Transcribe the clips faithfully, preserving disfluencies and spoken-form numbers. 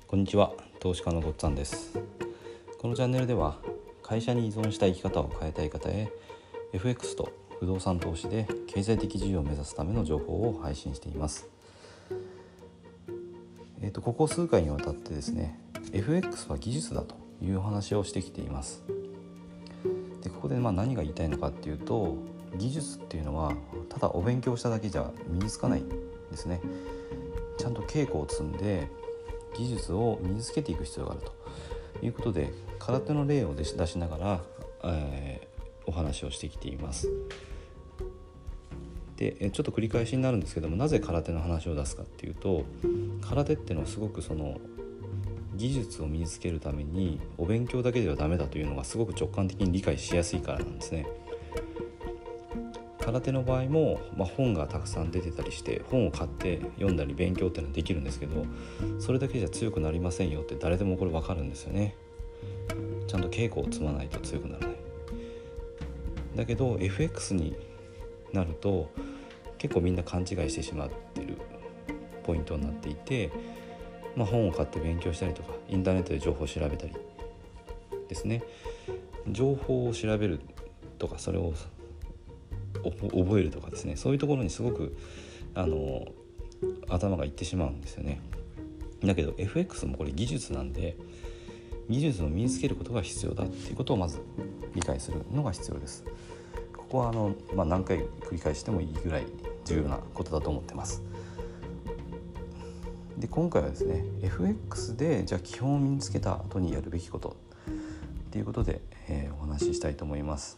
こんにちは、投資家のごっつぁんです。このチャンネルでは会社に依存した生き方を変えたい方へ エフエックス と不動産投資で経済的自由を目指すための情報を配信しています。えーと、ここ数回にわたってですね エフエックス は技術だというお話をしてきています。でここでまあ何が言いたいのかっていうと、技術っていうのはただお勉強しただけじゃ身につかないんですね。ちゃんと稽古を積んで技術を身につけていく必要があるということで、空手の例を出しながら、えー、お話をしてきています。でちょっと繰り返しになるんですけども、なぜ空手の話を出すかっていうと、空手っていうのはすごくその技術を身につけるためにお勉強だけではダメだというのがすごく直感的に理解しやすいからなんですね。空手の場合も、まあ、本がたくさん出てたりして本を買って読んだり勉強っていうのはできるんですけど、それだけじゃ強くなりませんよって誰でもこれ分かるんですよね。ちゃんと稽古を積まないと強くならない。だけど エフエックス になると結構みんな勘違いしてしまっているポイントになっていて、まあ、本を買って勉強したりとかインターネットで情報を調べたりですね、情報を調べるとかそれを覚えるとかですね、そういうところにすごくあの頭がいってしまうんですよね。だけど エフエックス もこれ技術なんで、技術を身につけることが必要だっていうことをまず理解するのが必要です。ここはあの、まあ、何回繰り返してもいいぐらい重要なことだと思ってます。で今回はですね エフエックス でじゃあ基本を身につけた後にやるべきことっていうことで、えー、お話ししたいと思います。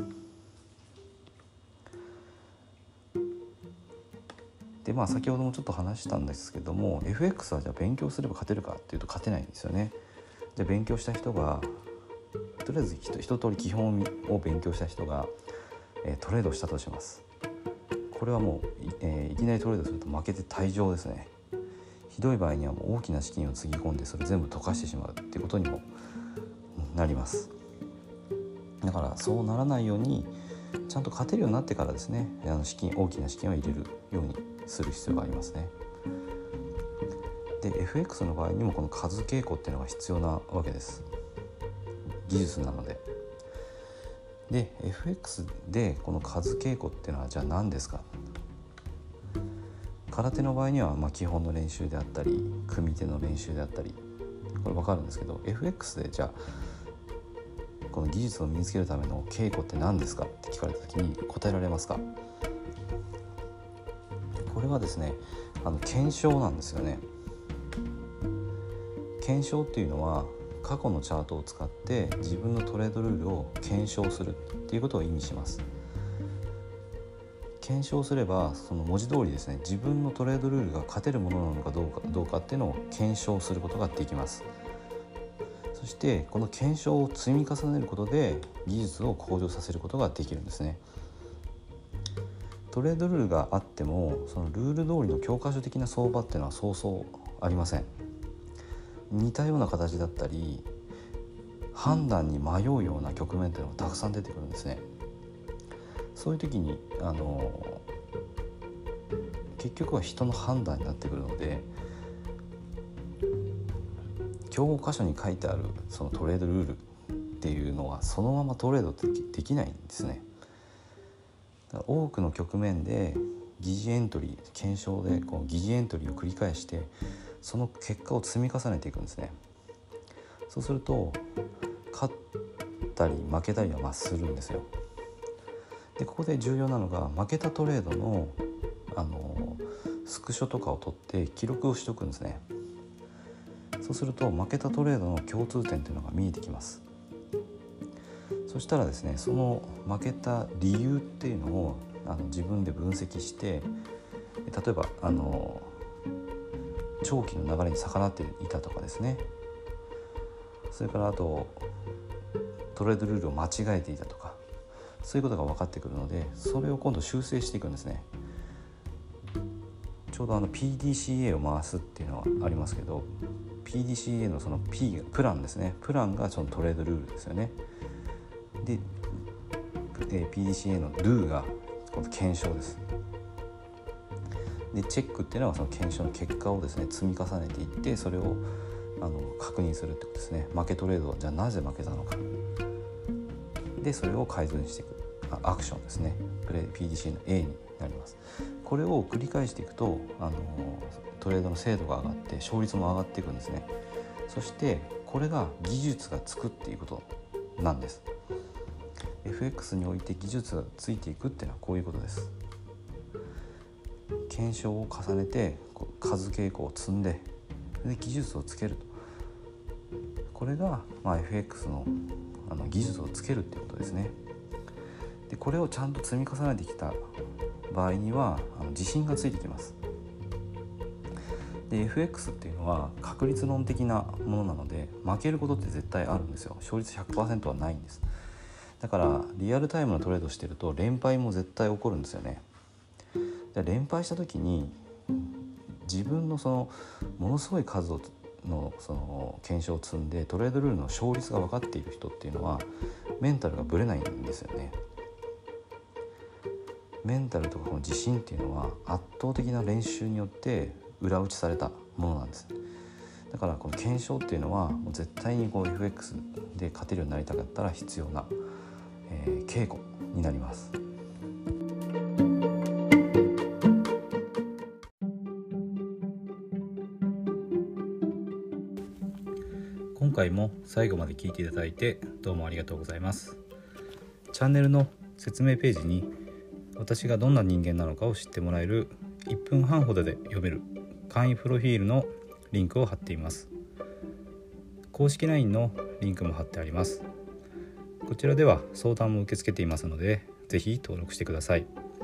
でまあ、先ほどもちょっと話したんですけども、 エフエックス はじゃあ勉強すれば勝てるかっていうと勝てないんですよね。じゃあ勉強した人がとりあえず一通り基本を勉強した人が、えー、トレードしたとします。これはもう、えー、いきなりトレードすると負けて退場ですね。ひどい場合にはもう大きな資金をつぎ込んでそれ全部溶かしてしまうっていうことにもなります。だからそうならないようにちゃんと勝てるようになってからですね、あの資金大きな資金を入れるようにする必要がありますね。で エフエックス の場合にもこの数稽古っていうのが必要なわけです。技術なので。で エフエックス でこの数稽古っていうのはじゃあ何ですか。空手の場合にはまあ基本の練習であったり組手の練習であったり、これ分かるんですけど、 エフエックス でじゃあこの技術を身につけるための稽古って何ですかって聞かれた時に答えられますか。これはですね、あの検証なんですよね。検証っていうのは過去のチャートを使って自分のトレードルールを検証するっていうことを意味します。検証すればその文字通りですね、自分のトレードルールが勝てるものなのかどうかどうかっていうのを検証することができます。そしてこの検証を積み重ねることで技術を向上させることができるんですね。トレードルールがあってもそのルール通りの教科書的な相場っていうのはそうそうありません。似たような形だったり判断に迷うような局面っていうのがたくさん出てくるんですね。そういう時にあの結局は人の判断になってくるので、教科書に書いてあるそのトレードルールっていうのはそのままトレードってできないんですね。多くの局面で疑似エントリー検証でこう疑似エントリーを繰り返してその結果を積み重ねていくんですね。そうすると勝ったり負けたりはまあするんですよ。でここで重要なのが負けたトレードの、あのスクショとかを取って記録をしておくんですね。そうすると負けたトレードの共通点というのが見えてきます。そしたらですね、その負けた理由っていうのをあの自分で分析して、例えばあの長期の流れに逆らっていたとかですね、それからあとトレードルールを間違えていたとか、そういうことが分かってくるので、それを今度修正していくんですね。ちょうどあの ピーディーシーエー を回すっていうのはありますけど、 ピーディーシーエー のその P がプランですね。プランがそのトレードルールですよね。で ピーディーシーエー の Do がこの検証です。でチェックっていうのはその検証の結果をですね積み重ねていって、それをあの確認するってことですね。負けトレードはじゃあなぜ負けたのかで、それを改善していくアクションですね。プレ ピーディーシー の A になります。これを繰り返していくとあのトレードの精度が上がって勝率も上がっていくんですね。そしてこれが技術がつくっていうことなんです。 エフエックス において技術がついていくっていうのはこういうことです。検証を重ねて数傾向を積んで、で技術をつけると、これが、まあ、エフエックス の, あの技術をつけるっていうことですね。でこれをちゃんと積み重ねてきた場合にはあの自信がついてきます。で エフエックス っていうのは確率論的なものなので、負けることって絶対あるんですよ。勝率 ひゃくパーセント はないんです。だからリアルタイムのトレードしてると連敗も絶対起こるんですよね。で連敗した時に自分のそのものすごい数をのその検証を積んでトレードルールの勝率が分かっている人っていうのはメンタルがぶれないんですよね。メンタルとかこの自信っていうのは圧倒的な練習によって裏打ちされたものなんです。だからこの検証っていうのはもう絶対にこう エフエックス で勝てるようになりたかったら必要な、えー、稽古になります。今回も最後まで聞いていただいてどうもありがとうございます。チャンネルの説明ページに私がどんな人間なのかを知ってもらえるいっぷんはんほどで読める簡易プロフィールのリンクを貼っています。公式 ライン のリンクも貼ってあります。こちらでは相談も受け付けていますので、ぜひ登録してください。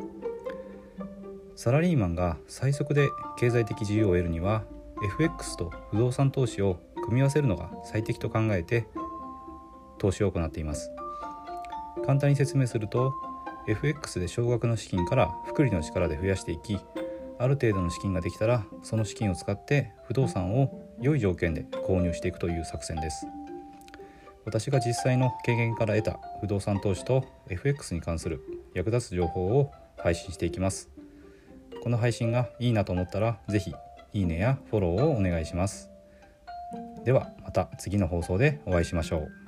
サラリーマンが最速で経済的自由を得るには エフエックス と不動産投資を組み合わせるのが最適と考えて投資を行っています。簡単に説明すると、 エフエックス で少額の資金から複利の力で増やしていき、ある程度の資金ができたらその資金を使って不動産を良い条件で購入していくという作戦です。私が実際の経験から得た不動産投資と エフエックス に関する役立つ情報を配信していきます。この配信がいいなと思ったらぜひいいねやフォローをお願いします。ではまた次の放送でお会いしましょう。